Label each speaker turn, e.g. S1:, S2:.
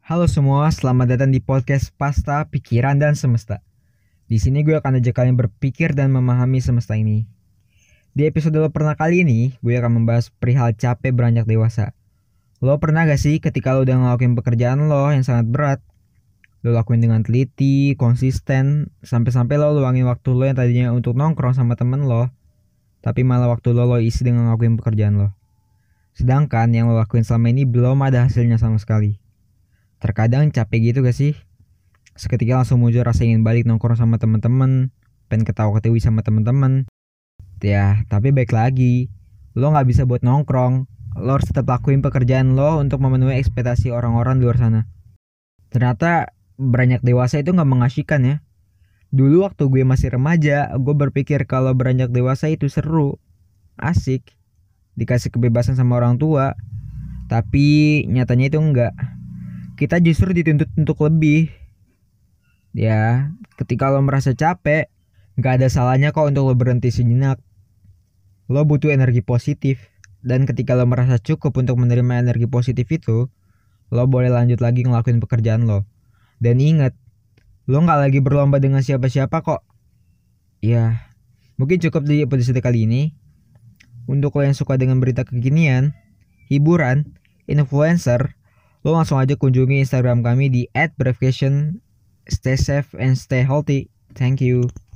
S1: Halo semua, selamat datang di podcast Pasta, Pikiran, dan Semesta. Di sini gue akan ajak kalian berpikir dan memahami semesta ini. Di episode lo pernah kali ini, gue akan membahas perihal capek beranjak dewasa. Lo pernah gak sih ketika lo udah ngelakuin pekerjaan lo yang sangat berat, lo lakuin dengan teliti, konsisten, sampai-sampai lo luangin waktu lo yang tadinya untuk nongkrong sama temen lo, tapi malah waktu lo isi dengan ngelakuin pekerjaan lo. Sedangkan yang lo lakuin selama ini belum ada hasilnya sama sekali. Terkadang capek gitu gak sih? Seketika langsung muncul rasa ingin balik nongkrong sama temen-temen, pengen ketawa-ketiwi sama temen-temen. Ya, tapi baik lagi, lo gak bisa buat nongkrong. Lo harus tetap lakuin pekerjaan lo untuk memenuhi ekspektasi orang-orang di luar sana. Ternyata beranjak dewasa itu gak mengasyikkan ya. Dulu waktu gue masih remaja, gue berpikir kalau beranjak dewasa itu seru, asik, dikasih kebebasan sama orang tua. Tapi nyatanya itu enggak. Kita justru dituntut untuk lebih. Ya, ketika lo merasa capek, gak ada salahnya kok untuk lo berhenti sejenak. Lo butuh energi positif. Dan ketika lo merasa cukup untuk menerima energi positif itu, lo boleh lanjut lagi ngelakuin pekerjaan lo. Dan ingat, lo gak lagi berlomba dengan siapa-siapa kok. Ya, mungkin cukup di episode kali ini. Untuk lo yang suka dengan berita kekinian, hiburan, influencer, lo langsung aja kunjungi Instagram kami di @brevacation. Stay safe and stay healthy. Thank you.